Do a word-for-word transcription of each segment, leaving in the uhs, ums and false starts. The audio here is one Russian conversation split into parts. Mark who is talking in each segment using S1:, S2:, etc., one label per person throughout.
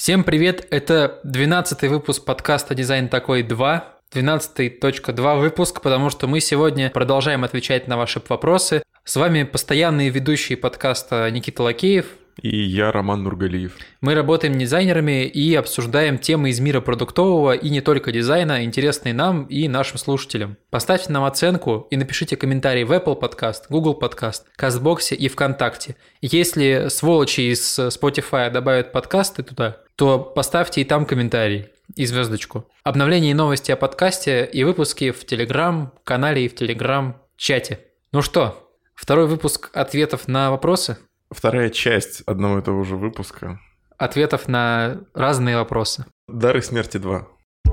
S1: Всем привет, это двенадцатый выпуск подкаста «Дизайн такой два», двенадцатый точка два выпуск, потому что мы сегодня продолжаем отвечать на ваши вопросы. С вами постоянные ведущие подкаста Никита Лакеев
S2: и я, Роман Нургалиев.
S1: Мы работаем дизайнерами и обсуждаем темы из мира продуктового и не только дизайна, интересные нам и нашим слушателям. Поставьте нам оценку и напишите комментарий в Apple Podcast, Google Podcast, Castbox и ВКонтакте. Если сволочи из Spotify добавят подкасты туда, то поставьте и там комментарий и звездочку. Обновления и новости о подкасте и выпуски в Telegram-канале и в Telegram-чате. Ну что, второй выпуск ответов на вопросы?
S2: Вторая часть одного и того же выпуска.
S1: Ответов на разные вопросы.
S2: Дары смерти два.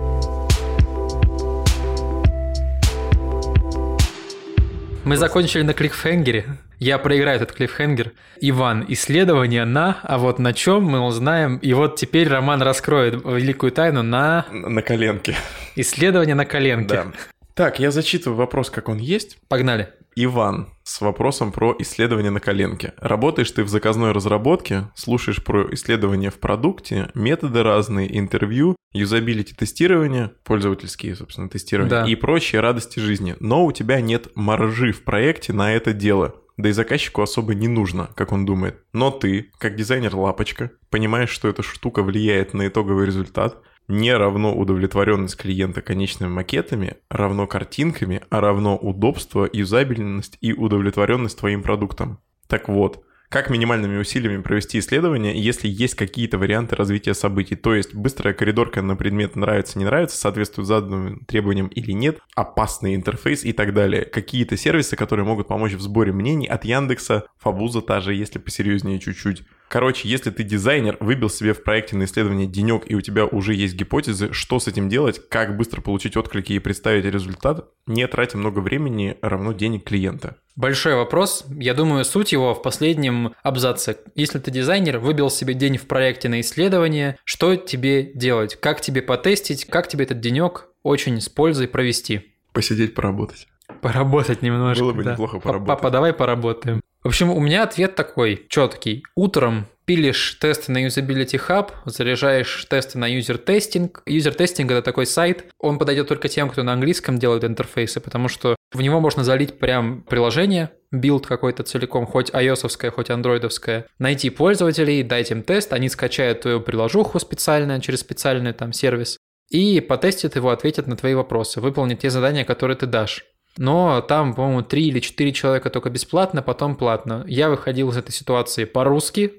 S1: Мы закончили на клиффхенгере. Я проиграю этот клиффхенгер. Иван, исследование на, а вот на чем мы узнаем. И вот теперь Роман раскроет великую тайну на...
S2: На коленке.
S1: Исследование на коленке.
S2: Да. Так, я зачитываю вопрос, как он есть.
S1: Погнали.
S2: Иван с вопросом про исследование на коленке. Работаешь ты в заказной разработке, слушаешь про исследования в продукте, методы разные, интервью, юзабилити-тестирование, пользовательские, собственно, тестирования, да, и прочие радости жизни. Но у тебя нет маржи в проекте на это дело. Да и заказчику особо не нужно, как он думает. Но ты, как дизайнер-лапочка, понимаешь, что эта штука влияет на итоговый результат, не равно удовлетворенность клиента конечными макетами, равно картинками, а равно удобство, юзабельность и удовлетворенность твоим продуктом. Так вот, как минимальными усилиями провести исследование, если есть какие-то варианты развития событий? То есть быстрая коридорка на предмет нравится, не нравится, соответствует заданным требованиям или нет, опасный интерфейс и так далее. Какие-то сервисы, которые могут помочь в сборе мнений от Яндекса, Фабуза та же, если посерьезнее чуть-чуть. Короче, если ты дизайнер, выбил себе в проекте на исследование денек, и у тебя уже есть гипотезы, что с этим делать, как быстро получить отклики и представить результат, не тратя много времени, равно денег клиента.
S1: Большой вопрос. Я думаю, суть его в последнем абзаце. Если ты дизайнер, выбил себе день в проекте на исследование, что тебе делать? Как тебе потестить? Как тебе этот денек очень с пользой провести?
S2: Посидеть, поработать.
S1: Поработать немножко.
S2: Было бы
S1: да.
S2: неплохо поработать.
S1: Папа, давай поработаем. В общем, у меня ответ такой, четкий. Утром пилишь тесты на Usability Hub, заряжаешь тесты на User Testing. User Testing – это такой сайт, он подойдет только тем, кто на английском делает интерфейсы, потому что в него можно залить прям приложение, билд какой-то целиком, хоть iOS-овское, хоть андроидовское, найти пользователей, дать им тест, они скачают твою приложуху специально, через специальный там сервис, и потестят его, ответят на твои вопросы, выполнят те задания, которые ты дашь. Но там, по-моему, три или четыре человека только бесплатно, потом платно. Я выходил из этой ситуации по-русски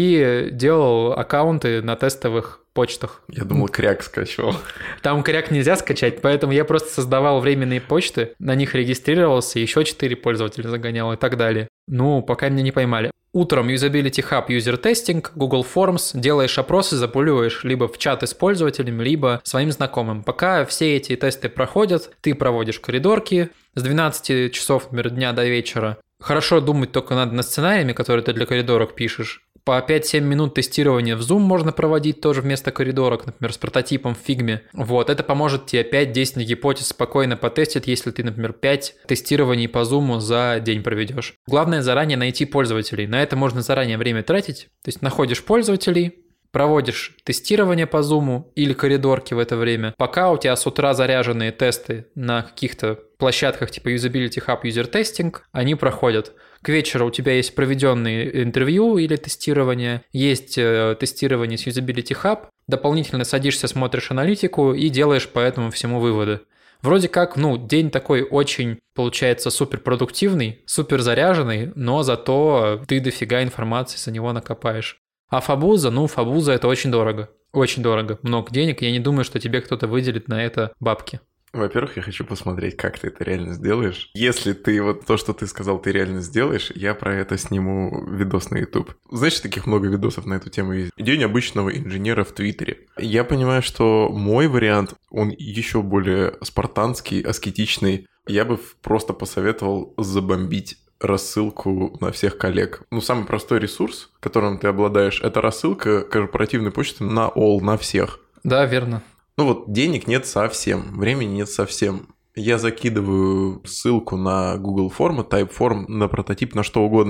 S1: и делал аккаунты на тестовых почтах.
S2: Я думал, кряк скачивал.
S1: Там кряк нельзя скачать, поэтому я просто создавал временные почты, на них регистрировался, еще четыре пользователя загонял и так далее. Ну, пока меня не поймали. Утром Usability Hub, User Testing, Google Forms, делаешь опросы, запуливаешь либо в чаты с пользователями, либо своим знакомым. Пока все эти тесты проходят, ты проводишь коридорки с двенадцати часов, например, дня до вечера. Хорошо думать только надо над сценариями, которые ты для коридорок пишешь. По пять-семь минут тестирования в Zoom можно проводить тоже вместо коридорок, например, с прототипом в Figma. Вот, это поможет тебе пять-десять гипотез спокойно потестить, если ты, например, пять тестирований по Zoom за день проведешь. Главное заранее найти пользователей. На это можно заранее время тратить. То есть находишь пользователей, проводишь тестирование по Zoom или коридорки в это время, пока у тебя с утра заряженные тесты на каких-то площадках типа Usability Hub, User Testing, они проходят. К вечеру у тебя есть проведенные интервью или тестирование, есть э, тестирование с Usability Hub, дополнительно садишься, смотришь аналитику и делаешь по этому всему выводы. Вроде как, ну, день такой очень, получается, суперпродуктивный, суперзаряженный, но зато ты дофига информации за него накопаешь. А Фабуза, ну, Фабуза это очень дорого. Очень дорого. Много денег. Я не думаю, что тебе кто-то выделит на это бабки.
S2: Во-первых, я хочу посмотреть, как ты это реально сделаешь. Если ты вот то, что ты сказал, ты реально сделаешь, я про это сниму видос на YouTube. Знаешь, таких много видосов на эту тему есть. День обычного инженера в Твиттере. Я понимаю, что мой вариант, он еще более спартанский, аскетичный. Я бы просто посоветовал забомбить рассылку на всех коллег. Ну, самый простой ресурс, которым ты обладаешь, это рассылка корпоративной почты на all, на всех.
S1: Да, верно.
S2: Ну вот денег нет совсем, времени нет совсем. Я закидываю ссылку на Google формы, Typeform, на прототип, на что угодно.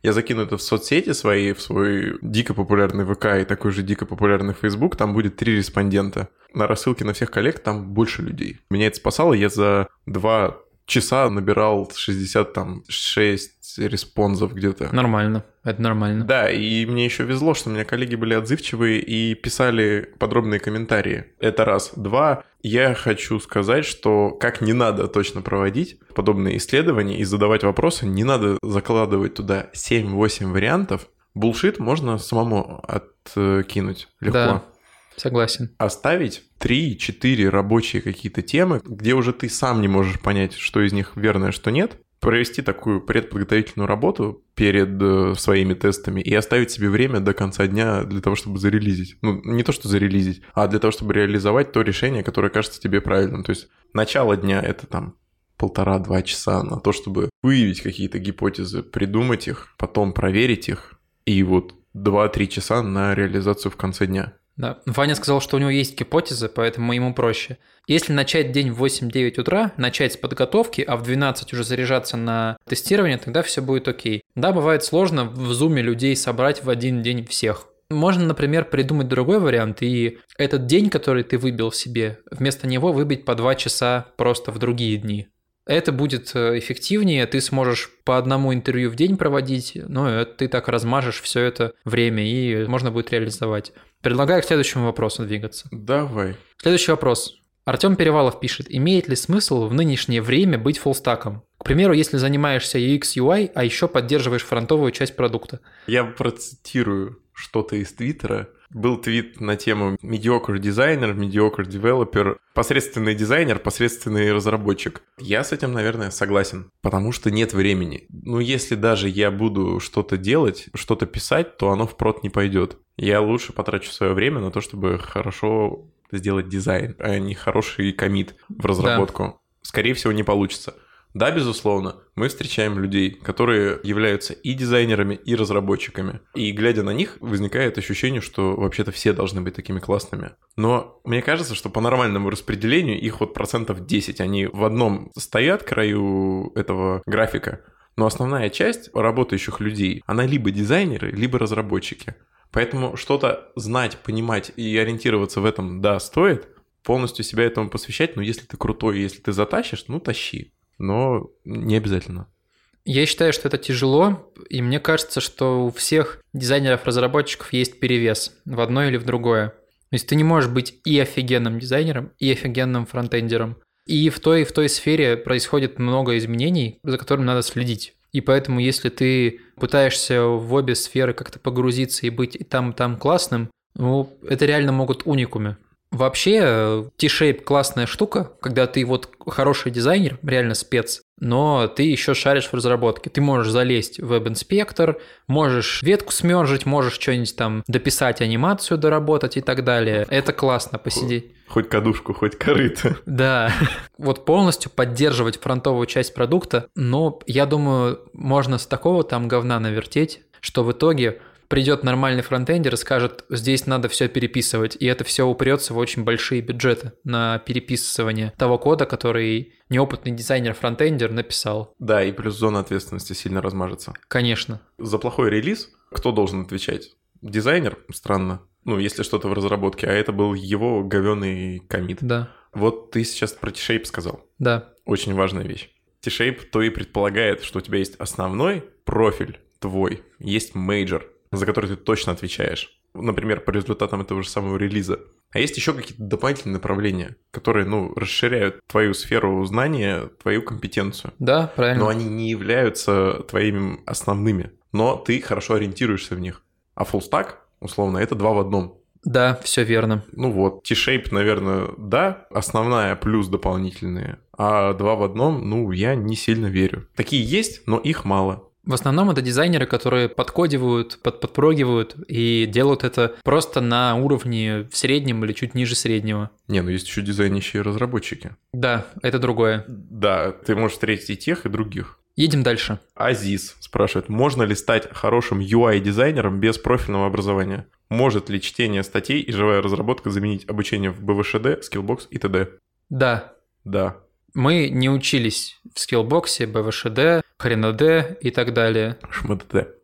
S2: Я закину это в соцсети свои, в свой дико популярный ВК и такой же дико популярный Facebook, там будет три респондента. На рассылке на всех коллег там больше людей. Меня это спасало, я за два часа набирал шестьдесят шесть респонсов где-то.
S1: Нормально, это нормально.
S2: Да, и мне еще везло, что у меня коллеги были отзывчивые и писали подробные комментарии. Это раз. Два, я хочу сказать, что как не надо точно проводить подобные исследования и задавать вопросы, не надо закладывать туда семь-восемь вариантов. Булшит можно самому откинуть легко.
S1: Да. Согласен.
S2: Оставить три-четыре рабочие какие-то темы, где уже ты сам не можешь понять, что из них верное, что нет, провести такую предподготовительную работу перед своими тестами и оставить себе время до конца дня для того, чтобы зарелизить. Ну, не то, что зарелизить, а для того, чтобы реализовать то решение, которое кажется тебе правильным. То есть начало дня — это там полтора-два часа на то, чтобы выявить какие-то гипотезы, придумать их, потом проверить их, и вот два-три часа на реализацию в конце дня.
S1: Да. Ваня сказал, что у него есть гипотезы, поэтому ему проще. Если начать день в восемь-девять утра, начать с подготовки, а в двенадцать уже заряжаться на тестирование, тогда все будет окей. Да, бывает сложно в зуме людей собрать в один день всех. Можно, например, придумать другой вариант, и этот день, который ты выбил себе, вместо него выбить по два часа просто в другие дни. Это будет эффективнее, ты сможешь по одному интервью в день проводить, но ты так размажешь все это время, и можно будет реализовать. Предлагаю к следующему вопросу двигаться.
S2: Давай.
S1: Следующий вопрос. Артем Перевалов пишет, имеет ли смысл в нынешнее время быть фуллстаком? К примеру, если занимаешься ю экс ю ай, а еще поддерживаешь фронтовую часть продукта.
S2: Я процитирую что-то из Твиттера. Был твит на тему mediocre дизайнер, mediocre developer, посредственный дизайнер, посредственный разработчик. Я с этим, наверное, согласен, потому что нет времени. Ну, если даже я буду что-то делать, что-то писать, то оно впрод не пойдет. Я лучше потрачу свое время на то, чтобы хорошо сделать дизайн, а не хороший коммит в разработку. Да. Скорее всего, не получится. Да, безусловно, мы встречаем людей, которые являются и дизайнерами, и разработчиками. И глядя на них, возникает ощущение, что вообще-то все должны быть такими классными. Но мне кажется, что по нормальному распределению их вот процентов десять, они в одном стоят краю этого графика, но основная часть работающих людей, она либо дизайнеры, либо разработчики. Поэтому что-то знать, понимать и ориентироваться в этом, да, стоит. Полностью себя этому посвящать, но если ты крутой, если ты затащишь, ну тащи. Но не обязательно.
S1: Я считаю, что это тяжело, и мне кажется, что у всех дизайнеров-разработчиков есть перевес в одно или в другое. То есть ты не можешь быть и офигенным дизайнером, и офигенным фронтендером. И в той, и в той сфере происходит много изменений, за которыми надо следить. И поэтому, если ты пытаешься в обе сферы как-то погрузиться и быть и там, и там классным, ну, это реально могут уникумы. Вообще, T-Shape классная штука, когда ты вот хороший дизайнер, реально спец, но ты еще шаришь в разработке. Ты можешь залезть в веб-инспектор, можешь ветку смержить, можешь что-нибудь там дописать, анимацию доработать и так далее. Это классно, посидеть.
S2: Хоть кадушку, хоть корыто.
S1: Да. Вот полностью поддерживать фронтовую часть продукта, но я думаю, можно с такого там говна навертеть, что в итоге придет нормальный фронтендер и скажет, здесь надо все переписывать, и это все упрется в очень большие бюджеты на переписывание того кода, который неопытный дизайнер-фронтендер написал.
S2: Да, и плюс зона ответственности сильно размажется.
S1: Конечно.
S2: За плохой релиз кто должен отвечать? Дизайнер? Странно. Ну, если что-то в разработке, а это был его говёный коммит.
S1: Да.
S2: Вот ты сейчас про T-Shape сказал.
S1: Да.
S2: Очень важная вещь. T-Shape то и предполагает, что у тебя есть основной профиль твой, есть мейджор, за который ты точно отвечаешь. Например, по результатам этого же самого релиза. А есть еще какие-то дополнительные направления, которые, ну, расширяют твою сферу знания, твою компетенцию.
S1: Да, правильно.
S2: Но они не являются твоими основными. Но ты хорошо ориентируешься в них. А фуллстак, условно, это два в одном.
S1: Да, все верно.
S2: Ну вот, T-Shape, наверное, да, основная плюс дополнительные. А два в одном, ну, я не сильно верю. Такие есть, но их мало.
S1: В основном это дизайнеры, которые подкодивают, под, подпрогивают и делают это просто на уровне в среднем или чуть ниже среднего.
S2: Не, ну есть еще дизайнящие разработчики.
S1: Да, это другое.
S2: Да, ты можешь встретить и тех, и других.
S1: Едем дальше.
S2: Азиз спрашивает, можно ли стать хорошим ю ай-дизайнером без профильного образования? Может ли чтение статей и живая разработка заменить обучение в бэ вэ ша дэ, Skillbox и т.д.?
S1: Да.
S2: Да.
S1: Мы не учились в Skillbox, бэ вэ ша дэ, Хренодэ и так далее.
S2: ШМДД.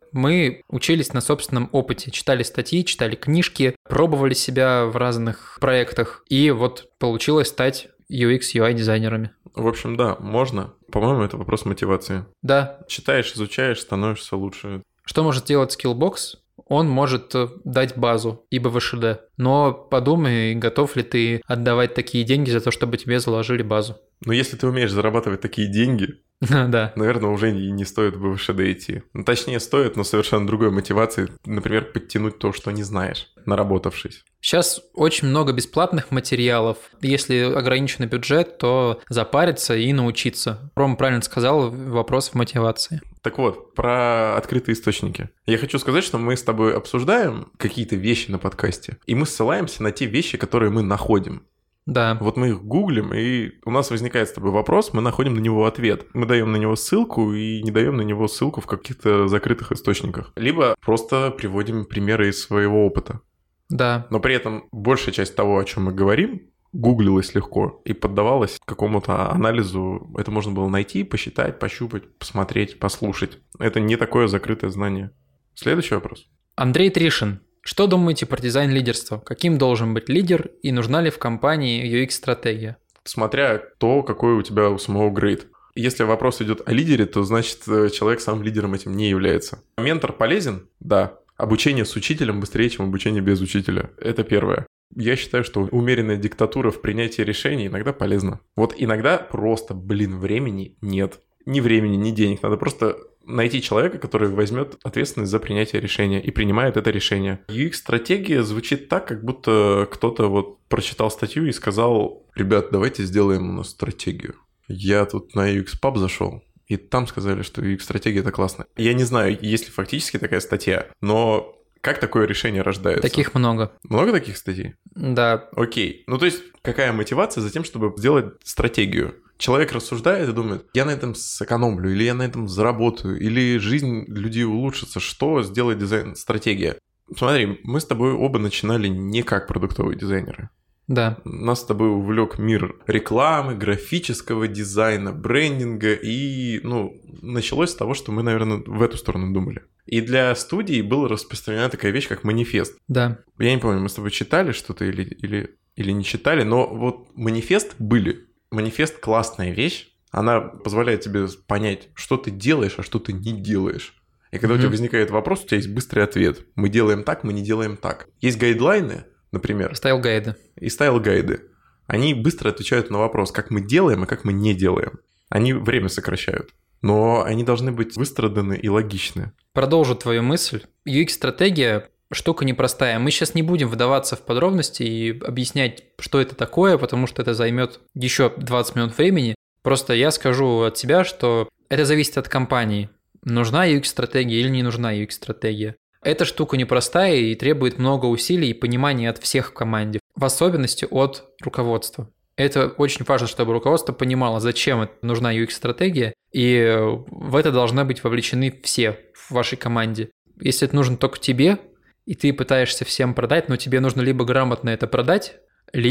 S1: Мы учились на собственном опыте, читали статьи, читали книжки, пробовали себя в разных проектах, и вот получилось стать ю экс, ю ай-дизайнерами.
S2: В общем, да, можно. По-моему, это вопрос мотивации.
S1: Да.
S2: Читаешь, изучаешь, становишься лучше.
S1: Что может сделать Skillbox? Он может дать базу и би ви эш ди, но подумай, готов ли ты отдавать такие деньги за то, чтобы тебе заложили базу.
S2: Но если ты умеешь зарабатывать такие деньги,
S1: да.
S2: наверное, уже и не стоит в би ви эш ди идти. Ну, точнее, стоит, но совершенно другой мотивации. Например, подтянуть то, что не знаешь, наработавшись.
S1: Сейчас очень много бесплатных материалов. Если ограниченный бюджет, то запариться и научиться. Рома правильно сказал, вопрос в мотивации.
S2: Так вот, про открытые источники. Я хочу сказать, что мы с тобой обсуждаем какие-то вещи на подкасте, и мы ссылаемся на те вещи, которые мы находим.
S1: Да.
S2: Вот мы их гуглим, и у нас возникает с тобой вопрос, мы находим на него ответ. Мы даем на него ссылку и не даем на него ссылку в каких-то закрытых источниках. Либо просто приводим примеры из своего опыта.
S1: Да.
S2: Но при этом большая часть того, о чем мы говорим, гуглилась легко и поддавалась какому-то анализу. Это можно было найти, посчитать, пощупать, посмотреть, послушать. Это не такое закрытое знание. Следующий вопрос.
S1: Андрей Тришин. Что думаете про дизайн лидерства? Каким должен быть лидер и нужна ли в компании ю экс-стратегия?
S2: Смотря то, какой у тебя у самого грейд. Если вопрос идет о лидере, то значит человек сам лидером этим не является. Ментор полезен? Да. Обучение с учителем быстрее, чем обучение без учителя. Это первое. Я считаю, что умеренная диктатура в принятии решений иногда полезна. Вот иногда просто, блин, времени нет. Ни времени, ни денег. Надо просто найти человека, который возьмет ответственность за принятие решения и принимает это решение. ю экс-стратегия звучит так, как будто кто-то вот прочитал статью и сказал: ребят, давайте сделаем у нас стратегию. Я тут на ю экс-паб зашел, и там сказали, что ю экс-стратегия – это классно. Я не знаю, есть ли фактически такая статья, но как такое решение рождается?
S1: Таких много.
S2: Много таких статей?
S1: Да.
S2: Окей. Ну, то есть, какая мотивация за тем, чтобы сделать стратегию? Человек рассуждает и думает: я на этом сэкономлю, или я на этом заработаю, или жизнь людей улучшится. Что сделает дизайн-стратегия? Смотри, мы с тобой оба начинали не как продуктовые дизайнеры.
S1: Да.
S2: Нас с тобой увлек мир рекламы, графического дизайна, брендинга, и, ну, началось с того, что мы, наверное, в эту сторону думали. И для студии была распространена такая вещь, как манифест.
S1: Да.
S2: Я не помню, мы с тобой читали что-то или, или, или не читали, но вот манифест были. Манифест – классная вещь. Она позволяет тебе понять, что ты делаешь, а что ты не делаешь. И когда mm-hmm. у тебя возникает вопрос, у тебя есть быстрый ответ. Мы делаем так, мы не делаем так. Есть гайдлайны, например.
S1: Стайл-гайды.
S2: И стайл-гайды. Они быстро отвечают на вопрос, как мы делаем и как мы не делаем. Они время сокращают. Но они должны быть выстраданы и логичны.
S1: Продолжу твою мысль. ю экс-стратегия – штука непростая. Мы сейчас не будем вдаваться в подробности и объяснять, что это такое, потому что это займет еще двадцать минут времени. Просто я скажу от себя, что это зависит от компании. Нужна ю экс-стратегия или не нужна ю экс-стратегия. Эта штука непростая и требует много усилий и понимания от всех в команде, в особенности от руководства. Это очень важно, чтобы руководство понимало, зачем нужна ю экс-стратегия, и в это должны быть вовлечены все в вашей команде. Если это нужно только тебе, и ты пытаешься всем продать, но тебе нужно либо грамотно это продать,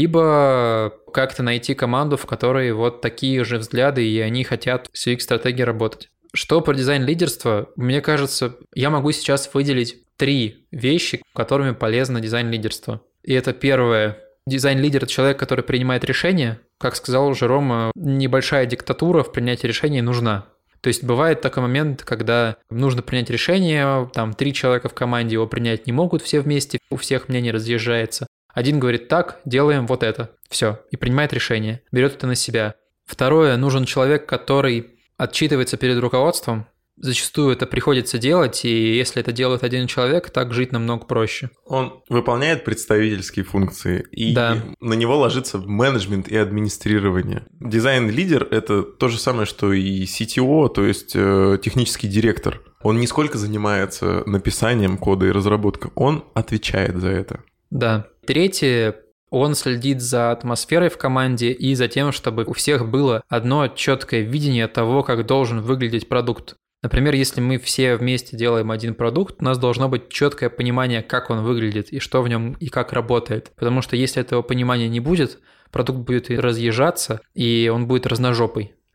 S1: либо как-то найти команду, в которой вот такие же взгляды, и они хотят с ю экс-стратегией работать. Что про дизайн лидерства? Мне кажется, я могу сейчас выделить три вещи, которыми полезно дизайн лидерства. И это первое. Дизайн-лидер – это человек, который принимает решения. Как сказал уже Рома, небольшая диктатура в принятии решений нужна. То есть бывает такой момент, когда нужно принять решение, там три человека в команде его принять не могут все вместе, у всех мнение разъезжается. Один говорит: так, делаем вот это, все, и принимает решение, берет это на себя. Второе, нужен человек, который отчитывается перед руководством. Зачастую это приходится делать, и если это делает один человек, так жить намного проще.
S2: Он выполняет представительские функции, и
S1: да.
S2: на него ложится менеджмент и администрирование. Дизайн-лидер – это то же самое, что и си ти о, то есть э, технический директор. Он не сколько занимается написанием кода и разработкой, он отвечает за это.
S1: Да. Третье. Он следит за атмосферой в команде и за тем, чтобы у всех было одно четкое видение того, как должен выглядеть продукт. Например, если мы все вместе делаем один продукт, у нас должно быть четкое понимание, как он выглядит и что в нем и как работает. Потому что если этого понимания не будет, продукт будет разъезжаться, и он будет разножопый.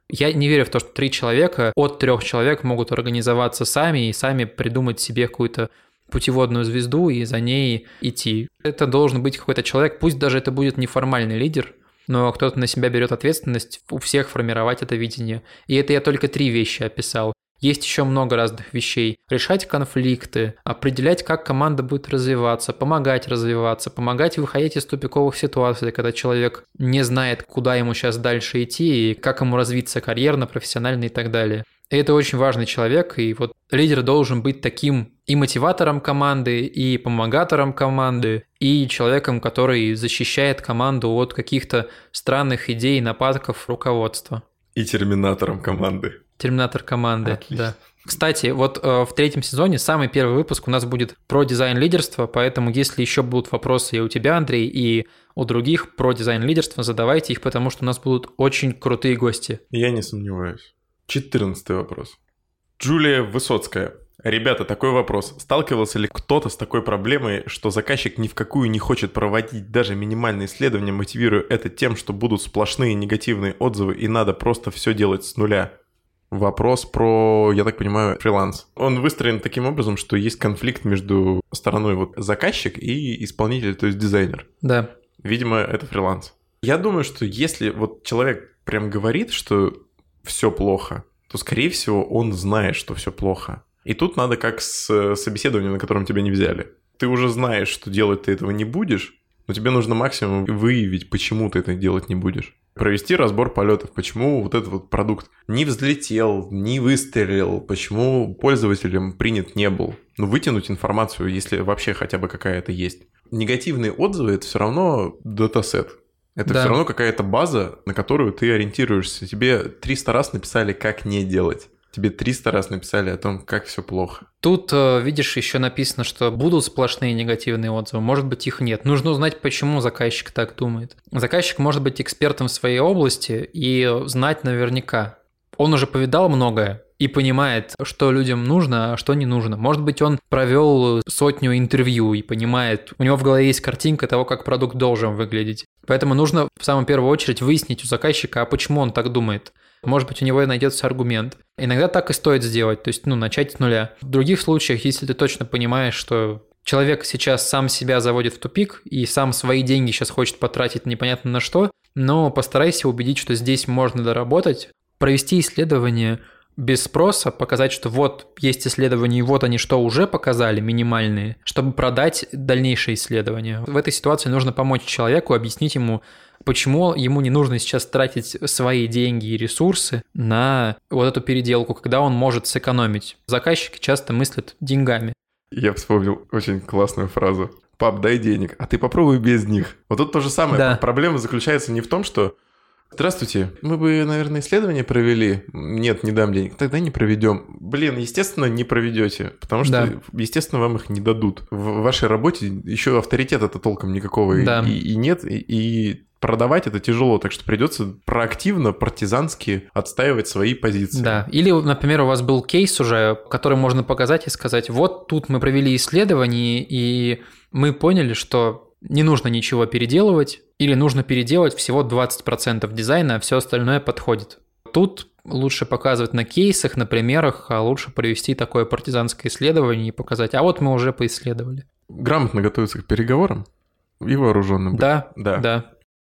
S1: Я не верю в то, что три человека от трех человек могут организоваться сами и сами придумать себе какую-то путеводную звезду и за ней идти. Это должен быть какой-то человек, пусть даже это будет неформальный лидер, но кто-то на себя берет ответственность у всех формировать это видение. И это я только три вещи описал. Есть еще много разных вещей. Решать конфликты, определять, как команда будет развиваться, помогать развиваться, помогать выходить из тупиковых ситуаций, когда человек не знает, куда ему сейчас дальше идти и как ему развиться карьерно, профессионально и так далее. И это очень важный человек, и вот лидер должен быть таким и мотиватором команды, и помогатором команды, и человеком, который защищает команду от каких-то странных идей, нападков руководства.
S2: И терминатором команды.
S1: Терминатор команды,
S2: Отлично.
S1: да. Кстати, вот э, в третьем сезоне самый первый выпуск у нас будет про дизайн лидерства, поэтому если еще будут вопросы и у тебя, Андрей, и у других про дизайн лидерства, задавайте их, потому что у нас будут очень крутые гости.
S2: Я не сомневаюсь. Четырнадцатый вопрос. Джулия Высоцкая. Ребята, такой вопрос. Сталкивался ли кто-то с такой проблемой, что заказчик ни в какую не хочет проводить даже минимальные исследования, мотивируя это тем, что будут сплошные негативные отзывы и надо просто все делать с нуля? Вопрос про, я так понимаю, фриланс. Он выстроен таким образом, что есть конфликт между стороной вот заказчик и исполнитель, то есть дизайнер.
S1: Да.
S2: Видимо, это фриланс. Я думаю, что если вот человек прям говорит, что все плохо, то, скорее всего, он знает, что все плохо. И тут надо как с собеседованием, на котором тебя не взяли. Ты уже знаешь, что делать ты этого не будешь, но тебе нужно максимум выявить, почему ты это делать не будешь. Провести разбор полетов, почему вот этот вот продукт не взлетел, не выстрелил, почему пользователям принят не был. Ну, вытянуть информацию, если вообще хотя бы какая-то есть. Негативные отзывы – это все равно датасет. Это
S1: Да.
S2: все равно какая-то база, на которую ты ориентируешься. Тебе триста раз написали, как не делать. Тебе триста раз написали о том, как все плохо.
S1: Тут, видишь, еще написано, что будут сплошные негативные отзывы, может быть, их нет. Нужно узнать, почему заказчик так думает. Заказчик может быть экспертом в своей области и знать наверняка. Он уже повидал многое и понимает, что людям нужно, а что не нужно. Может быть, он провел сотню интервью и понимает, у него в голове есть картинка того, как продукт должен выглядеть. Поэтому нужно в самую первую очередь выяснить у заказчика, а почему он так думает. Может быть, у него найдется аргумент. Иногда так и стоит сделать, то есть, ну, начать с нуля. В других случаях, если ты точно понимаешь, что человек сейчас сам себя заводит в тупик и сам свои деньги сейчас хочет потратить непонятно на что, но постарайся убедить, что здесь можно доработать, провести исследование без спроса, показать, что вот есть исследования, и вот они что уже показали, минимальные, чтобы продать дальнейшие исследования. В этой ситуации нужно помочь человеку, объяснить ему, почему ему не нужно сейчас тратить свои деньги и ресурсы на вот эту переделку, когда он может сэкономить. Заказчики часто мыслят деньгами.
S2: Я вспомнил очень классную фразу. «Пап, дай денег, а ты попробуй без них». Вот тут то же самое.
S1: Да.
S2: Проблема заключается не в том, что «Здравствуйте, мы бы, наверное, исследование провели». «Нет, не дам денег». «Тогда не проведем». Блин, естественно, не проведете, потому что,
S1: Да.
S2: естественно, вам их не дадут. В вашей работе еще авторитета-то толком никакого и-
S1: Да.
S2: и, и нет, и, и продавать это тяжело, так что придется проактивно, партизански отстаивать свои позиции.
S1: Да. Или, например, у вас был кейс уже, который можно показать и сказать, вот тут мы провели исследование, и мы поняли, что не нужно ничего переделывать, или нужно переделать всего двадцать процентов дизайна, а все остальное подходит. Тут лучше показывать на кейсах, на примерах, а лучше провести такое партизанское исследование и показать, а вот мы уже поисследовали.
S2: Грамотно готовиться к переговорам и вооруженным быть.
S1: Да,
S2: Да.
S1: да.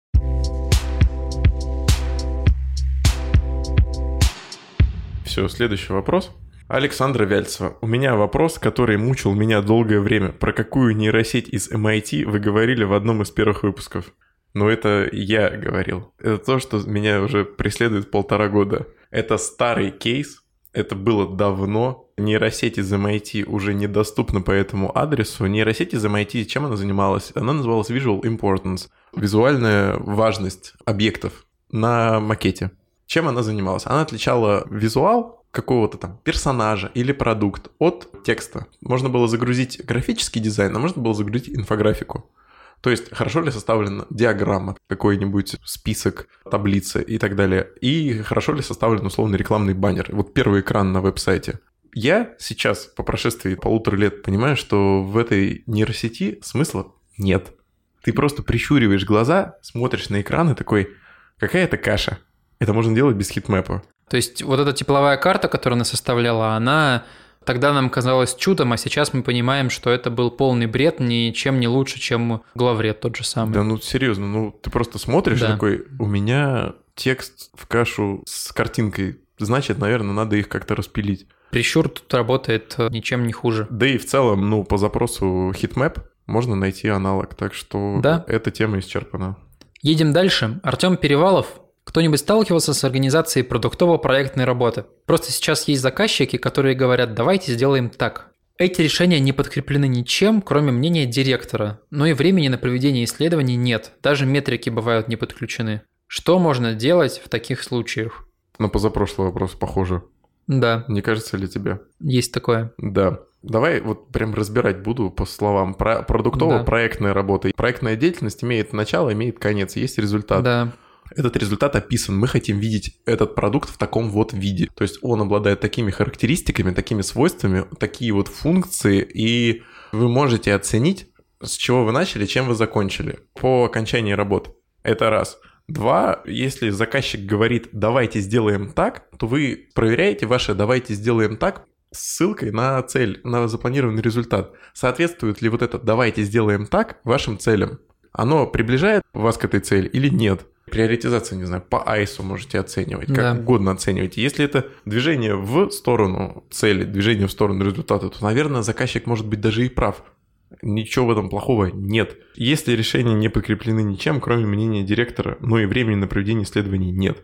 S2: Все, следующий вопрос. Александра Вяльцева. У меня вопрос, который мучил меня долгое время. Про какую нейросеть из эм ай ти вы говорили в одном из первых выпусков? Но это я говорил. Это то, что меня уже преследует полтора года. Это старый кейс. Это было давно. Нейросеть из эм ай ти уже недоступна по этому адресу. Нейросеть из эм ай ти, чем она занималась? Она называлась Visual Importance. Визуальная важность объектов на макете. Чем она занималась? Она отличала визуал какого-то там персонажа или продукт от текста. Можно было загрузить графический дизайн, а можно было загрузить инфографику. То есть хорошо ли составлена диаграмма, какой-нибудь список, таблица и так далее. И хорошо ли составлен условно рекламный баннер. Вот первый экран на веб-сайте. Я сейчас, по прошествии полутора лет, понимаю, что в этой нейросети смысла нет. Ты просто прищуриваешь глаза, смотришь на экран и такой, какая-то каша. Это можно делать без хитмэпа.
S1: То есть вот эта тепловая карта, которую она составляла, она тогда нам казалась чудом, а сейчас мы понимаем, что это был полный бред, ничем не лучше, чем главред тот же самый.
S2: Да ну серьезно, ну ты просто смотришь
S1: Да.
S2: и такой, у меня текст в кашу с картинкой, значит, наверное, надо их как-то распилить.
S1: Прищур тут работает ничем не хуже.
S2: Да и в целом, ну, по запросу хитмэп можно найти аналог, так что
S1: Да.
S2: эта тема исчерпана.
S1: Едем дальше. Артем Перевалов. Кто-нибудь сталкивался с организацией продуктово-проектной работы? Просто сейчас есть заказчики, которые говорят, давайте сделаем так. Эти решения не подкреплены ничем, кроме мнения директора, но и времени на проведение исследований нет, даже метрики бывают не подключены. Что можно делать в таких случаях?
S2: На позапрошлый вопрос похоже.
S1: Да,
S2: Не кажется ли тебе?
S1: есть такое.
S2: Да. Давай вот прям разбирать буду по словам. Про продуктово-проектная работа. Проектная деятельность имеет начало, имеет конец, есть результат.
S1: Да.
S2: Этот результат описан. Мы хотим видеть этот продукт в таком вот виде. То есть он обладает такими характеристиками, такими свойствами, такие вот функции, и вы можете оценить, с чего вы начали, чем вы закончили по окончании работы. Это раз. Два, если заказчик говорит «давайте сделаем так», то вы проверяете ваше «давайте сделаем так» с ссылкой на цель, на запланированный результат. Соответствует ли вот это «давайте сделаем так» вашим целям? Оно приближает вас к этой цели или нет? Приоритизацию, не знаю, по айсу можете оценивать, как
S1: Да.
S2: угодно оценивайте. Если это движение в сторону цели, движение в сторону результата, то, наверное, заказчик может быть даже и прав. Ничего в этом плохого нет. Если решения не подкреплены ничем, кроме мнения директора, но и времени на проведение исследований нет.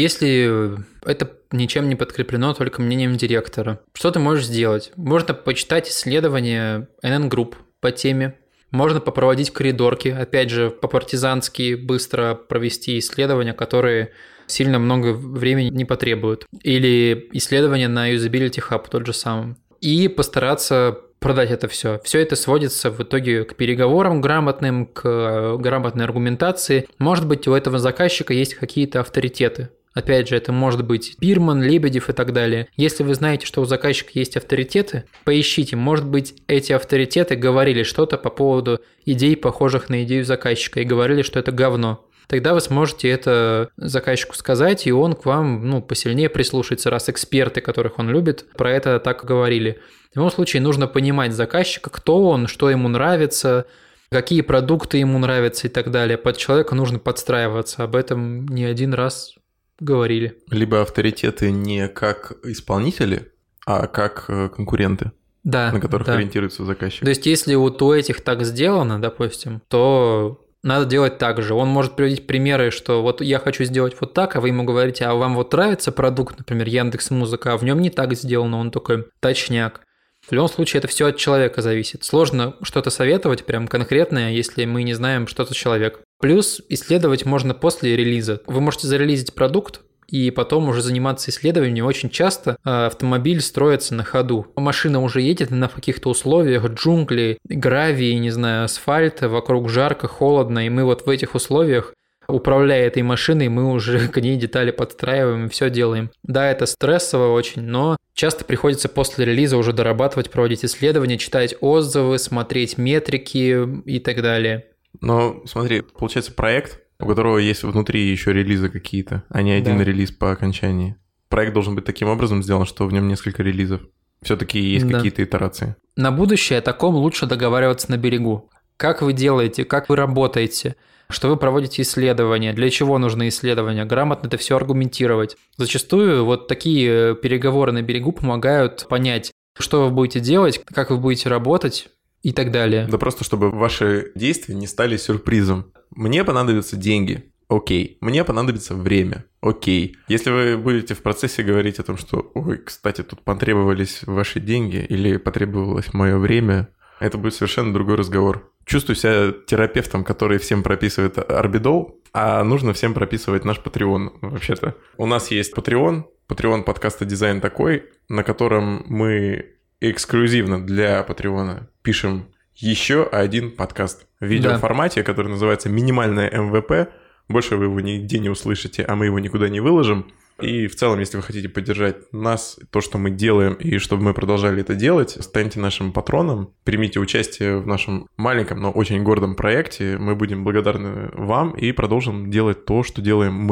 S1: Если это ничем не подкреплено только мнением директора, что ты можешь сделать? Можно почитать исследования эн эн Group по теме. Можно попроводить коридорки, опять же, по-партизански быстро провести исследования, которые сильно много времени не потребуют. Или исследования на Usability Hub тот же самый. И постараться продать это все. Все это сводится в итоге к переговорам грамотным, к грамотной аргументации. Может быть, у этого заказчика есть какие-то авторитеты. Опять же, это может быть Бирман, Лебедев и так далее. Если вы знаете, что у заказчика есть авторитеты, поищите. Может быть, эти авторитеты говорили что-то по поводу идей, похожих на идею заказчика, и говорили, что это говно. Тогда вы сможете это заказчику сказать, и он к вам ну, посильнее прислушается, раз эксперты, которых он любит, про это так говорили. В любом случае, нужно понимать заказчика, кто он, что ему нравится, какие продукты ему нравятся и так далее. Под человека нужно подстраиваться. Об этом не один раз говорили.
S2: Либо авторитеты не как исполнители, а как конкуренты,
S1: Да,
S2: на которых
S1: да.
S2: ориентируется заказчик.
S1: То есть, если вот у этих так сделано, допустим, то надо делать так же. Он может приводить примеры, что вот я хочу сделать вот так, а вы ему говорите, а вам вот нравится продукт, например, Яндекс.Музыка, а в нем не так сделано, он такой точняк. В любом случае, это все от человека зависит. Сложно что-то советовать прям конкретное, если мы не знаем, что за человек. Плюс исследовать можно после релиза. Вы можете зарелизить продукт, и потом уже заниматься исследованием. Очень часто автомобиль строится на ходу. Машина уже едет на каких-то условиях, джунгли, гравий, не знаю, асфальта, вокруг жарко, холодно, и мы вот в этих условиях, управляя этой машиной, мы уже к ней детали подстраиваем и все делаем. Да, это стрессово очень, но часто приходится после релиза уже дорабатывать, проводить исследования, читать отзывы, смотреть метрики и так далее.
S2: Но смотри, получается проект, у которого есть внутри еще релизы какие-то, а не один
S1: Да.
S2: релиз по окончании. Проект должен быть таким образом сделан, что в нем несколько релизов. Все-таки есть
S1: Да.
S2: какие-то итерации.
S1: На будущее о таком лучше договариваться на берегу. Как вы делаете, как вы работаете, что вы проводите исследования, для чего нужны исследования, грамотно это все аргументировать. Зачастую вот такие переговоры на берегу помогают понять, что вы будете делать, как вы будете работать и так далее.
S2: Да просто чтобы ваши действия не стали сюрпризом. Мне понадобятся деньги. Окей. Мне понадобится время. Окей. Если вы будете в процессе говорить о том, что, ой, кстати, тут потребовались ваши деньги или потребовалось мое время, это будет совершенно другой разговор. Чувствую себя терапевтом, который всем прописывает орбидол, а нужно всем прописывать наш Patreon вообще-то. У нас есть Patreon, Patreon подкаста «Дизайн такой», на котором мы эксклюзивно для Patreon пишем еще один подкаст в видеоформате, который называется «Минимальное эм вэ пэ». Больше вы его нигде не услышите, а мы его никуда не выложим. И в целом, если вы хотите поддержать нас, то, что мы делаем, и чтобы мы продолжали это делать, станьте нашим патроном, примите участие в нашем маленьком, но очень гордом проекте. Мы будем благодарны вам и продолжим делать то, что делаем мы.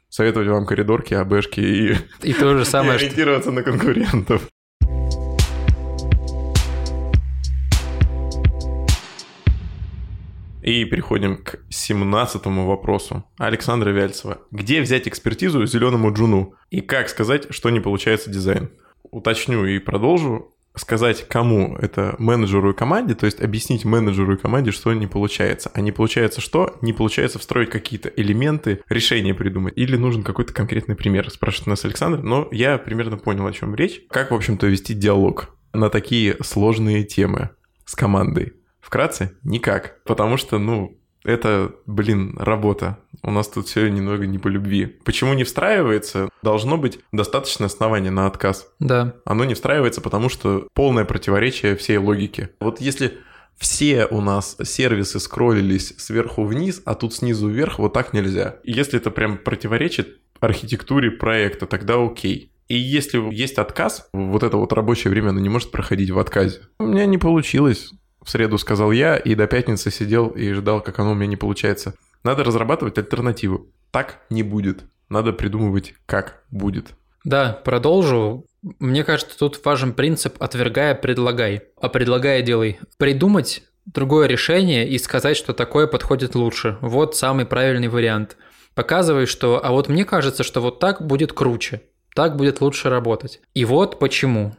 S2: советовать вам коридорки, АБшки и,
S1: и то же самое,
S2: и ориентироваться что... на конкурентов. И переходим к семнадцатому вопросу. Александра Вяльцева. Где взять экспертизу зеленому джуну? И как сказать, что не получается дизайн? Уточню и продолжу. Сказать кому? Это менеджеру и команде, то есть объяснить менеджеру и команде, что не получается. А не получается что? Не получается встроить какие-то элементы, решения придумать. Или нужен какой-то конкретный пример, спрашивает нас Александр. Но я примерно понял, о чем речь. Как, в общем-то, вести диалог на такие сложные темы с командой? Вкратце, никак. Потому что, ну, это, блин, работа. У нас тут все немного не по любви. Почему не встраивается? Должно быть достаточное основание на отказ.
S1: Да.
S2: Оно не встраивается, потому что полное противоречие всей логике. Вот если все у нас сервисы скроллились сверху вниз, а тут снизу вверх, вот так нельзя. И если это прям противоречит архитектуре проекта, тогда окей. И если есть отказ, вот это вот рабочее время, оно не может проходить в отказе. У меня не получилось. В среду сказал я, и до пятницы сидел и ждал, как оно у меня не получается. Надо разрабатывать альтернативу. Так не будет. Надо придумывать, как будет.
S1: Да, продолжу. Мне кажется, тут важен принцип «отвергая, предлагай». А предлагая, делай. Придумать другое решение и сказать, что такое подходит лучше. Вот самый правильный вариант. Показывай, что «а вот мне кажется, что вот так будет круче, так будет лучше работать». И вот почему.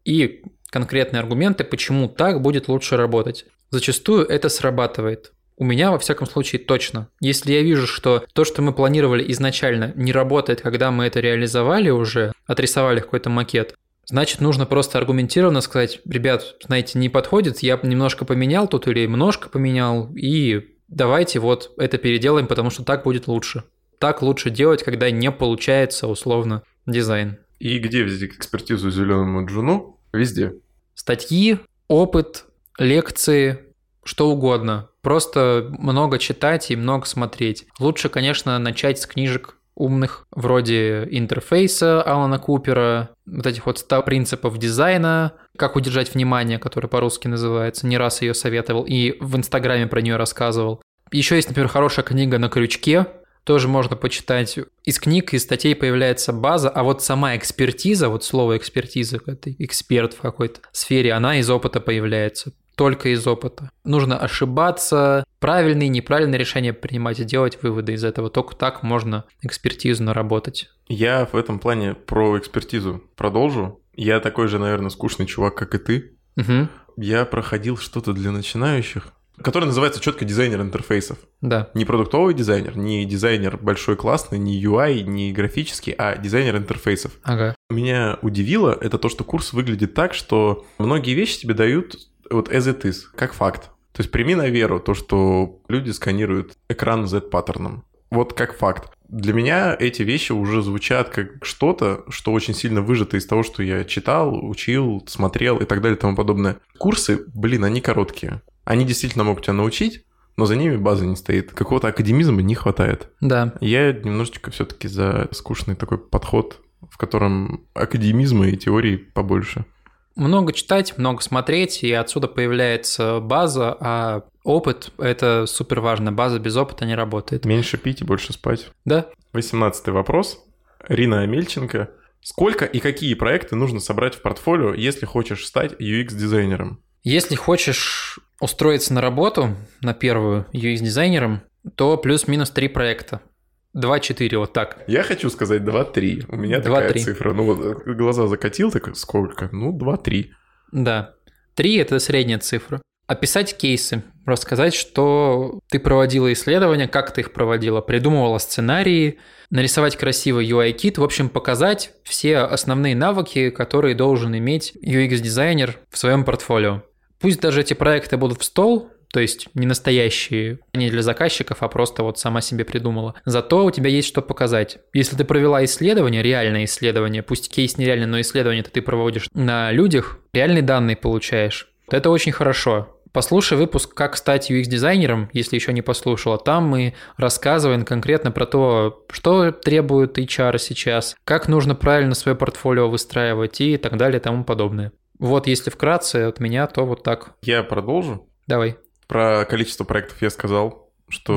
S1: И конкретные аргументы, почему так будет лучше работать. Зачастую это срабатывает. У меня, во всяком случае, точно. Если я вижу, что то, что мы планировали изначально, не работает, когда мы это реализовали уже, отрисовали какой-то макет, значит, нужно просто аргументированно сказать: ребят, знаете, не подходит, я немножко поменял тут или немножко поменял, и давайте вот это переделаем, потому что так будет лучше. Так лучше делать, когда не получается, условно, дизайн.
S2: И где взять экспертизу зеленому джуну? Везде.
S1: Статьи, опыт, лекции, что угодно. Просто много читать и много смотреть. Лучше, конечно, начать с книжек умных, вроде интерфейса Алана Купера, вот этих вот ста принципов дизайна, как удержать внимание, который по-русски называется. Не раз ее советовал и в Инстаграме про нее рассказывал. Еще есть, например, хорошая книга «На крючке». Тоже можно почитать. Из книг, из статей появляется база, а вот сама экспертиза, вот слово экспертиза, это эксперт в какой-то сфере, она из опыта появляется. Только из опыта. Нужно ошибаться, правильные, неправильные решения принимать и делать выводы из этого. Только так можно экспертизу наработать.
S2: Я в этом плане про экспертизу продолжу. Я такой же, наверное, скучный чувак, как и ты.
S1: Угу.
S2: Я проходил что-то для начинающих, который называется четко дизайнер интерфейсов.
S1: Да.
S2: Не продуктовый дизайнер, не дизайнер большой классный, не ю ай, не графический, а дизайнер интерфейсов.
S1: Ага.
S2: Меня удивило это то, что курс выглядит так, что многие вещи тебе дают вот as it is, как факт. То есть прими на веру то, что люди сканируют экран Z-паттерном. Вот как факт. Для меня эти вещи уже звучат как что-то, что очень сильно выжато из того, что я читал, учил, смотрел и так далее и тому подобное. Курсы, блин, они короткие. Они действительно могут тебя научить, но за ними база не стоит. Какого-то академизма не хватает.
S1: Да.
S2: Я немножечко все-таки за скучный такой подход, в котором академизма и теории побольше.
S1: Много читать, много смотреть, и отсюда появляется база, а опыт – это супер важно. База без опыта не работает.
S2: Меньше пить и больше спать.
S1: Да.
S2: восемнадцатый вопрос. Рина Амельченко. Сколько и какие проекты нужно собрать в портфолио, если хочешь стать ю экс-дизайнером?
S1: Если хочешь устроиться на работу, на первую ю экс-дизайнером, то плюс-минус три проекта. два-четыре, вот так.
S2: Я хочу сказать два-три. У меня
S1: два-три.
S2: такая цифра. Ну вот глаза закатил, так сколько? Ну, два-три.
S1: Да. три – это средняя цифра. Описать кейсы, рассказать, что ты проводила исследования, как ты их проводила, придумывала сценарии, нарисовать красивый ю ай-кит, в общем, показать все основные навыки, которые должен иметь ю экс-дизайнер в своем портфолио. Пусть даже эти проекты будут в стол, то есть не настоящие, не для заказчиков, а просто вот сама себе придумала. Зато у тебя есть что показать. Если ты провела исследование, реальное исследование, пусть кейс нереальный, но исследование ты проводишь на людях, реальные данные получаешь. Это очень хорошо. Послушай выпуск «Как стать ю экс-дизайнером», если еще не послушала. Там мы рассказываем конкретно про то, что требует эйч ар сейчас, как нужно правильно свое портфолио выстраивать и так далее и тому подобное. Вот если вкратце от меня, то вот так.
S2: Я продолжу.
S1: Давай.
S2: Про количество проектов я сказал, что
S1: да.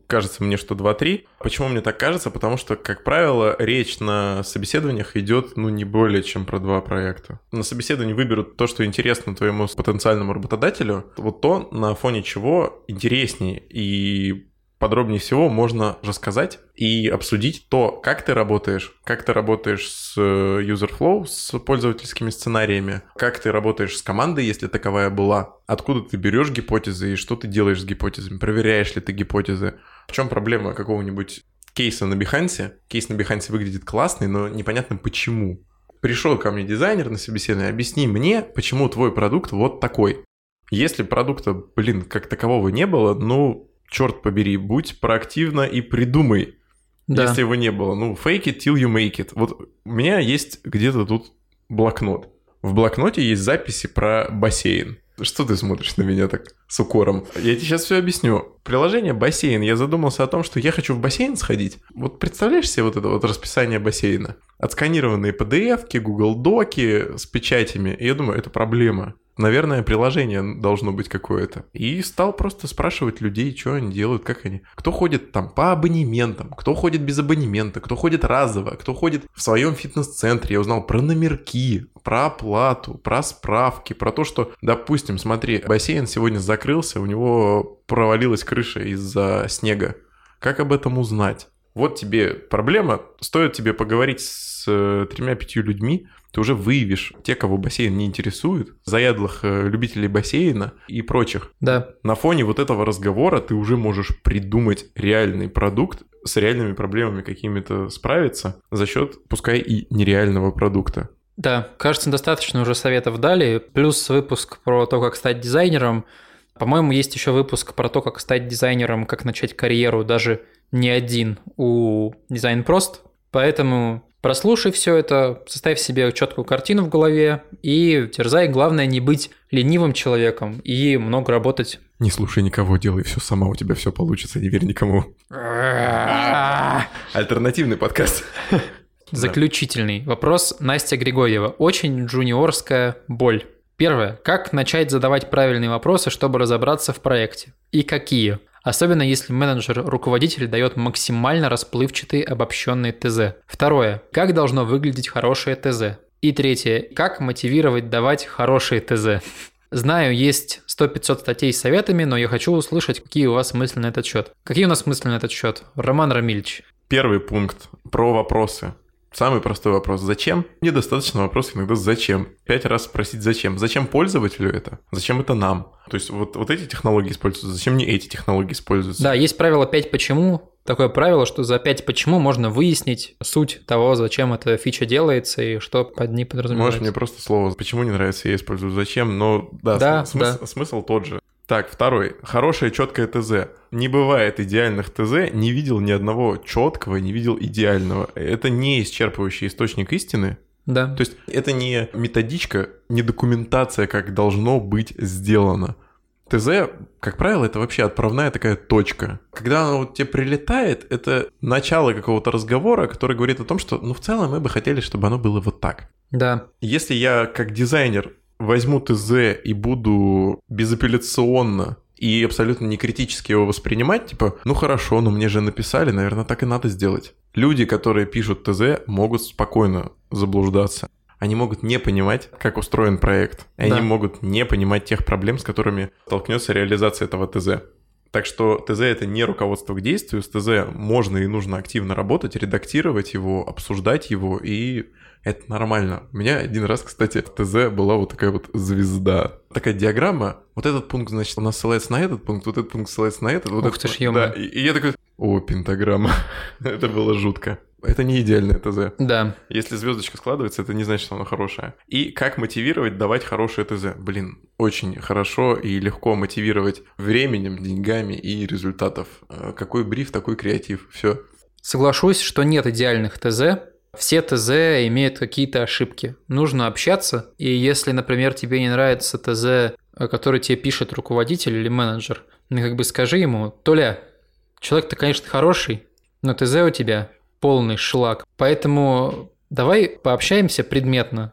S2: кажется мне, что два-три. Почему мне так кажется? Потому что, как правило, речь на собеседованиях идет, ну, не более чем про два проекта. На собеседовании выберут то, что интересно твоему потенциальному работодателю, вот то, на фоне чего интереснее и подробнее всего можно рассказать и обсудить то, как ты работаешь, как ты работаешь с user flow, с пользовательскими сценариями, как ты работаешь с командой, если таковая была, откуда ты берешь гипотезы и что ты делаешь с гипотезами, проверяешь ли ты гипотезы. В чем проблема какого-нибудь кейса на Behance? Кейс на Behance выглядит классный, но непонятно почему. Пришел ко мне дизайнер на собеседование, объясни мне, почему твой продукт вот такой. Если продукта, блин, как такового не было, ну... Черт побери, будь проактивна и придумай, да. Если его не было. Ну, fake it till you make it. Вот у меня есть где-то тут блокнот. В блокноте есть записи про бассейн. Что ты смотришь на меня так с укором? Я тебе сейчас все объясню. Приложение «Бассейн». Я задумался о том, что я хочу в бассейн сходить. Вот представляешь себе вот это вот расписание бассейна? Отсканированные пи ди эф-ки, Google Доки с печатями. И я думаю, это проблема. Наверное, приложение должно быть какое-то. И стал просто спрашивать людей, что они делают, как они. Кто ходит там по абонементам, кто ходит без абонемента, кто ходит разово, кто ходит в своем фитнес-центре. Я узнал про номерки, про оплату, про справки, про то, что, допустим, смотри, бассейн сегодня закрылся, у него провалилась крыша из-за снега. Как об этом узнать? Вот тебе проблема, стоит тебе поговорить с тремя-пятью людьми, ты уже выявишь те, кого бассейн не интересует, заядлых любителей бассейна и прочих.
S1: Да.
S2: На фоне вот этого разговора ты уже можешь придумать реальный продукт, с реальными проблемами какими-то справиться за счет, пускай и нереального продукта.
S1: Да, кажется, достаточно уже советов дали. Плюс выпуск про то, как стать дизайнером. По-моему, есть еще выпуск про то, как стать дизайнером, как начать карьеру, даже не один у Design Prost. Поэтому прослушай все это, составь себе четкую картину в голове и терзай. Главное не быть ленивым человеком и много работать.
S2: Не слушай никого, делай все сама, у тебя все получится, не верь никому. Альтернативный подкаст.
S1: Заключительный вопрос. Настя Григорьева. Очень джуниорская боль. Первое. Как начать задавать правильные вопросы, чтобы разобраться в проекте? И какие? Особенно если менеджер-руководитель дает максимально расплывчатые обобщенные ТЗ. Второе. Как должно выглядеть хорошее ТЗ? И третье. Как мотивировать давать хорошие ТЗ? Знаю, есть сто-пятьсот статей с советами, но я хочу услышать, какие у вас мысли на этот счет. Какие у нас мысли на этот счет? Роман Рамильевич.
S2: Первый пункт про вопросы. Самый простой вопрос. Зачем? Недостаточно вопрос иногда зачем. Пять раз спросить зачем. Зачем пользователю это? Зачем это нам? То есть вот, вот эти технологии используются, зачем не эти технологии используются?
S1: Да, есть правило пять почему. Такое правило, что за пять почему можно выяснить суть того, зачем эта фича делается и что под ней подразумевается.
S2: Можешь мне просто слово «почему» не нравится, я использую «зачем», но да,
S1: да,
S2: смысл,
S1: да.
S2: смысл тот же. Так, второй. Хорошее четкое ТЗ. Не бывает идеальных ТЗ, не видел ни одного четкого, не видел идеального. Это не исчерпывающий источник истины.
S1: Да.
S2: То есть это не методичка, не документация, как должно быть сделано. ТЗ, как правило, это вообще отправная такая точка. Когда оно вот тебе прилетает, это начало какого-то разговора, который говорит о том, что, ну, в целом мы бы хотели, чтобы оно было вот так.
S1: Да.
S2: Если я как дизайнер возьму ТЗ и буду безапелляционно и абсолютно не критически его воспринимать, типа, ну хорошо, но мне же написали, наверное, так и надо сделать. Люди, которые пишут ТЗ, могут спокойно заблуждаться. Они могут не понимать, как устроен проект. Они да. могут не понимать тех проблем, с которыми столкнется реализация этого ТЗ. Так что ТЗ — это не руководство к действию. С ТЗ можно и нужно активно работать, редактировать его, обсуждать его, и это нормально. У меня один раз, кстати, в ТЗ была вот такая вот звезда. Такая диаграмма. Вот этот пункт, значит, у нас ссылается на этот пункт, вот этот пункт ссылается на этот. Вот
S1: Ух
S2: этот,
S1: ты ж, ё-моё.
S2: да, и, и я такой, о, пентаграмма. Это было жутко. Это не идеальное ТЗ.
S1: Да.
S2: Если звездочка складывается, это не значит, что оно хорошее. И как мотивировать давать хорошее ТЗ? Блин, очень хорошо и легко мотивировать временем, деньгами и результатов. Какой бриф, такой креатив. Все.
S1: Соглашусь, что нет идеальных ТЗ. Все ТЗ имеют какие-то ошибки. Нужно общаться, и если, например, тебе не нравится ТЗ, который тебе пишет руководитель или менеджер, ну как бы скажи ему: Толя, человек-то, конечно, хороший, но ТЗ у тебя полный шлак. Поэтому давай пообщаемся предметно.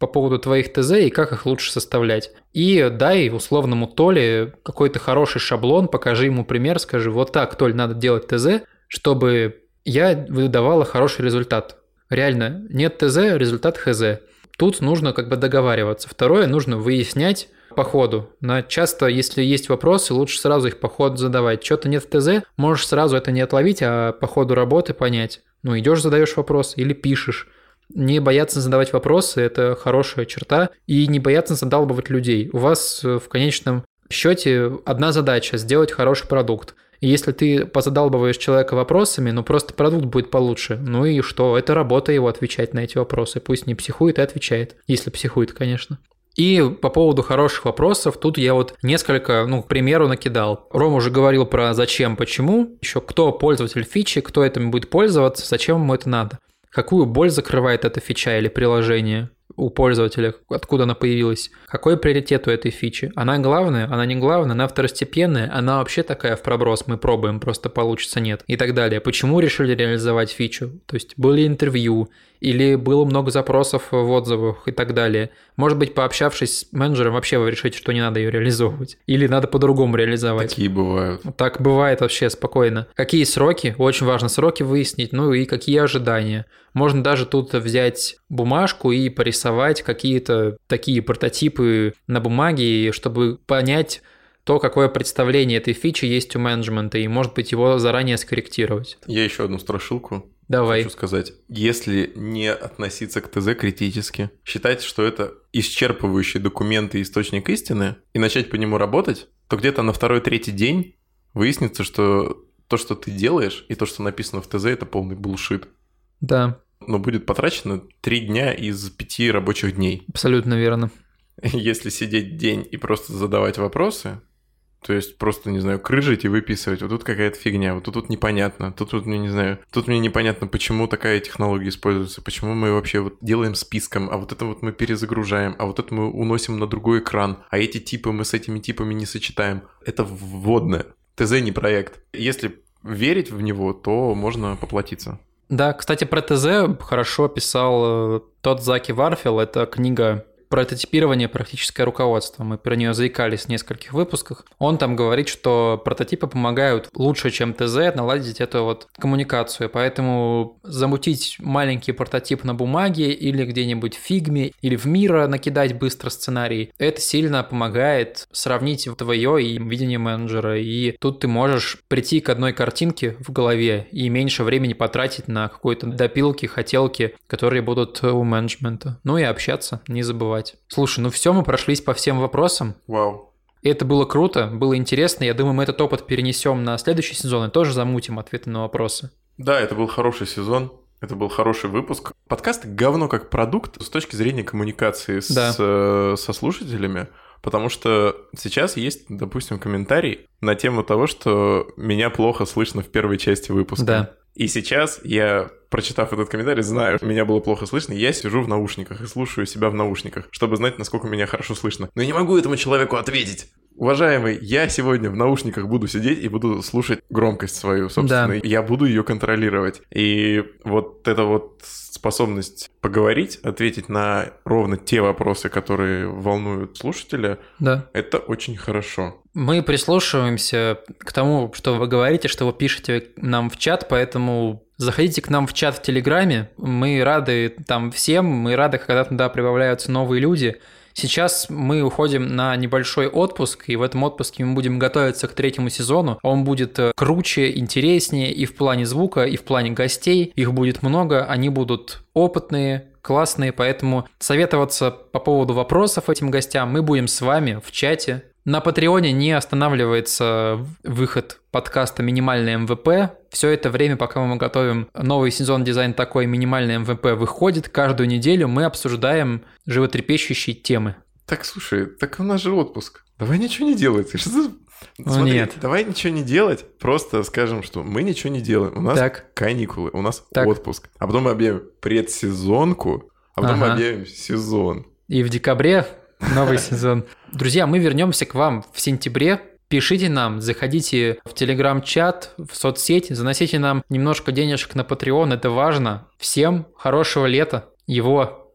S1: по поводу твоих ТЗ и как их лучше составлять. И дай условному Толе какой-то хороший шаблон, покажи ему пример, скажи, вот так, Толь, надо делать ТЗ, чтобы я выдавала хороший результат. Реально, нет ТЗ, результат ХЗ. Тут нужно как бы договариваться. Второе, нужно выяснять по ходу. Но часто, если есть вопросы, лучше сразу их по ходу задавать. Что-то нет в ТЗ, можешь сразу это не отловить, а по ходу работы понять. Ну, идешь, задаешь вопрос или пишешь. Не бояться задавать вопросы – это хорошая черта. И не бояться задалбывать людей. У вас в конечном счете одна задача – сделать хороший продукт. И если ты позадалбываешь человека вопросами, ну просто продукт будет получше. Ну и что? Это работа его отвечать на эти вопросы. Пусть не психует и отвечает. Если психует, конечно. И по поводу хороших вопросов, тут я вот несколько, ну, к примеру, накидал. Рома уже говорил про зачем, почему. Еще кто пользователь фичи, кто этим будет пользоваться, зачем ему это надо. Какую боль закрывает эта фича или приложение у пользователя, откуда она появилась, какой приоритет у этой фичи. Она главная, она не главная, она второстепенная, она вообще такая в проброс, мы пробуем, просто получится, нет, и так далее. Почему решили реализовать фичу? То есть были интервью, или было много запросов в отзывах и так далее. Может быть, пообщавшись с менеджером, вообще вы решите, что не надо ее реализовывать. Или надо по-другому реализовать.
S2: Такие бывают.
S1: Так бывает вообще спокойно. Какие сроки? Очень важно сроки выяснить, ну и какие ожидания. Можно даже тут взять бумажку и порисовать какие-то такие прототипы на бумаге, чтобы понять то, какое представление этой фичи есть у менеджмента, и, может быть, его заранее скорректировать.
S2: Я еще одну страшилку
S1: Давай.
S2: хочу сказать. Если не относиться к ТЗ критически, считать, что это исчерпывающий документ и источник истины, и начать по нему работать, то где-то на второй-третий день выяснится, что то, что ты делаешь, и то, что написано в ТЗ, это полный булшит.
S1: Да.
S2: Но будет потрачено три дня из пяти рабочих дней.
S1: Абсолютно верно.
S2: Если сидеть день и просто задавать вопросы, то есть просто, не знаю, крыжить и выписывать, вот тут какая-то фигня, вот тут, тут непонятно, тут, тут мне не знаю, тут мне непонятно, почему такая технология используется, почему мы вообще вот делаем списком, а вот это вот мы перезагружаем, а вот это мы уносим на другой экран, а эти типы мы с этими типами не сочетаем. Это вводное. ТЗ не проект. Если верить в него, то можно поплатиться.
S1: Да, кстати, про ТЗ хорошо писал тот Заки Варфел, это книга «Прототипирование. Практическое руководство». Мы про нее заикались в нескольких выпусках. Он там говорит, что прототипы помогают лучше, чем ТЗ, наладить эту вот коммуникацию. Поэтому замутить маленький прототип на бумаге или где-нибудь в фигме, или в Мира накидать быстро сценарий, это сильно помогает сравнить твое и видение менеджера. И тут ты можешь прийти к одной картинке в голове и меньше времени потратить на какой-то допилки, хотелки, которые будут у менеджмента. Ну и общаться, не забывать. Слушай, ну все, мы прошлись по всем вопросам.
S2: Вау.
S1: Это было круто, было интересно. Я думаю, мы этот опыт перенесем на следующий сезон и тоже замутим ответы на вопросы.
S2: Да, это был хороший сезон, это был хороший выпуск. Подкаст говно как продукт с точки зрения коммуникации с, да. с, со слушателями. Потому что сейчас есть, допустим, комментарий на тему того, что меня плохо слышно в первой части выпуска.
S1: Да.
S2: И сейчас я, прочитав этот комментарий, знаю, меня было плохо слышно, я сижу в наушниках и слушаю себя в наушниках, чтобы знать, насколько меня хорошо слышно. Но я не могу этому человеку ответить. Уважаемый, я сегодня в наушниках буду сидеть и буду слушать громкость свою, собственно. Да. Я буду ее контролировать. И вот эта вот способность поговорить, ответить на ровно те вопросы, которые волнуют слушателя,
S1: да.
S2: Это очень хорошо.
S1: Мы прислушиваемся к тому, что вы говорите, что вы пишете нам в чат, поэтому заходите к нам в чат в Телеграме. Мы рады там всем, мы рады, когда туда прибавляются новые люди. Сейчас мы уходим на небольшой отпуск, и в этом отпуске мы будем готовиться к третьему сезону. Он будет круче, интереснее и в плане звука, и в плане гостей. Их будет много, они будут опытные, классные, поэтому советоваться по поводу вопросов этим гостям мы будем с вами в чате. На Патреоне не останавливается выход подкаста «Минимальный эм вэ пэ». Все это время, пока мы готовим новый сезон «Дизайн такой», «Минимальный эм вэ пэ» выходит. Каждую неделю мы обсуждаем животрепещущие темы.
S2: Так, слушай, так у нас же отпуск. Давай ничего не делать. Что Смотри, нет. Давай ничего не делать, просто скажем, что мы ничего не делаем. У нас так. каникулы, у нас так. отпуск. А потом мы объявим предсезонку, а потом ага. мы объявим сезон.
S1: И в декабре новый сезон. Друзья, мы вернемся к вам в сентябре. Пишите нам, заходите в телеграм-чат, в соцсети, заносите нам немножко денежек на Patreon, это важно. Всем хорошего лета. Его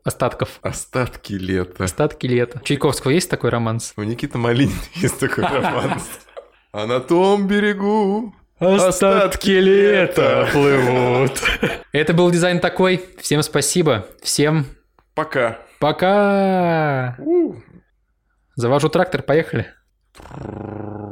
S1: остатков.
S2: Остатки лета.
S1: Остатки лета. У Чайковского есть такой романс?
S2: У Никиты Малинина есть такой романс. А на том берегу
S1: остатки лета плывут. Это был дизайн такой. Всем спасибо. Всем
S2: пока.
S1: Пока.
S2: У.
S1: Завожу трактор, поехали.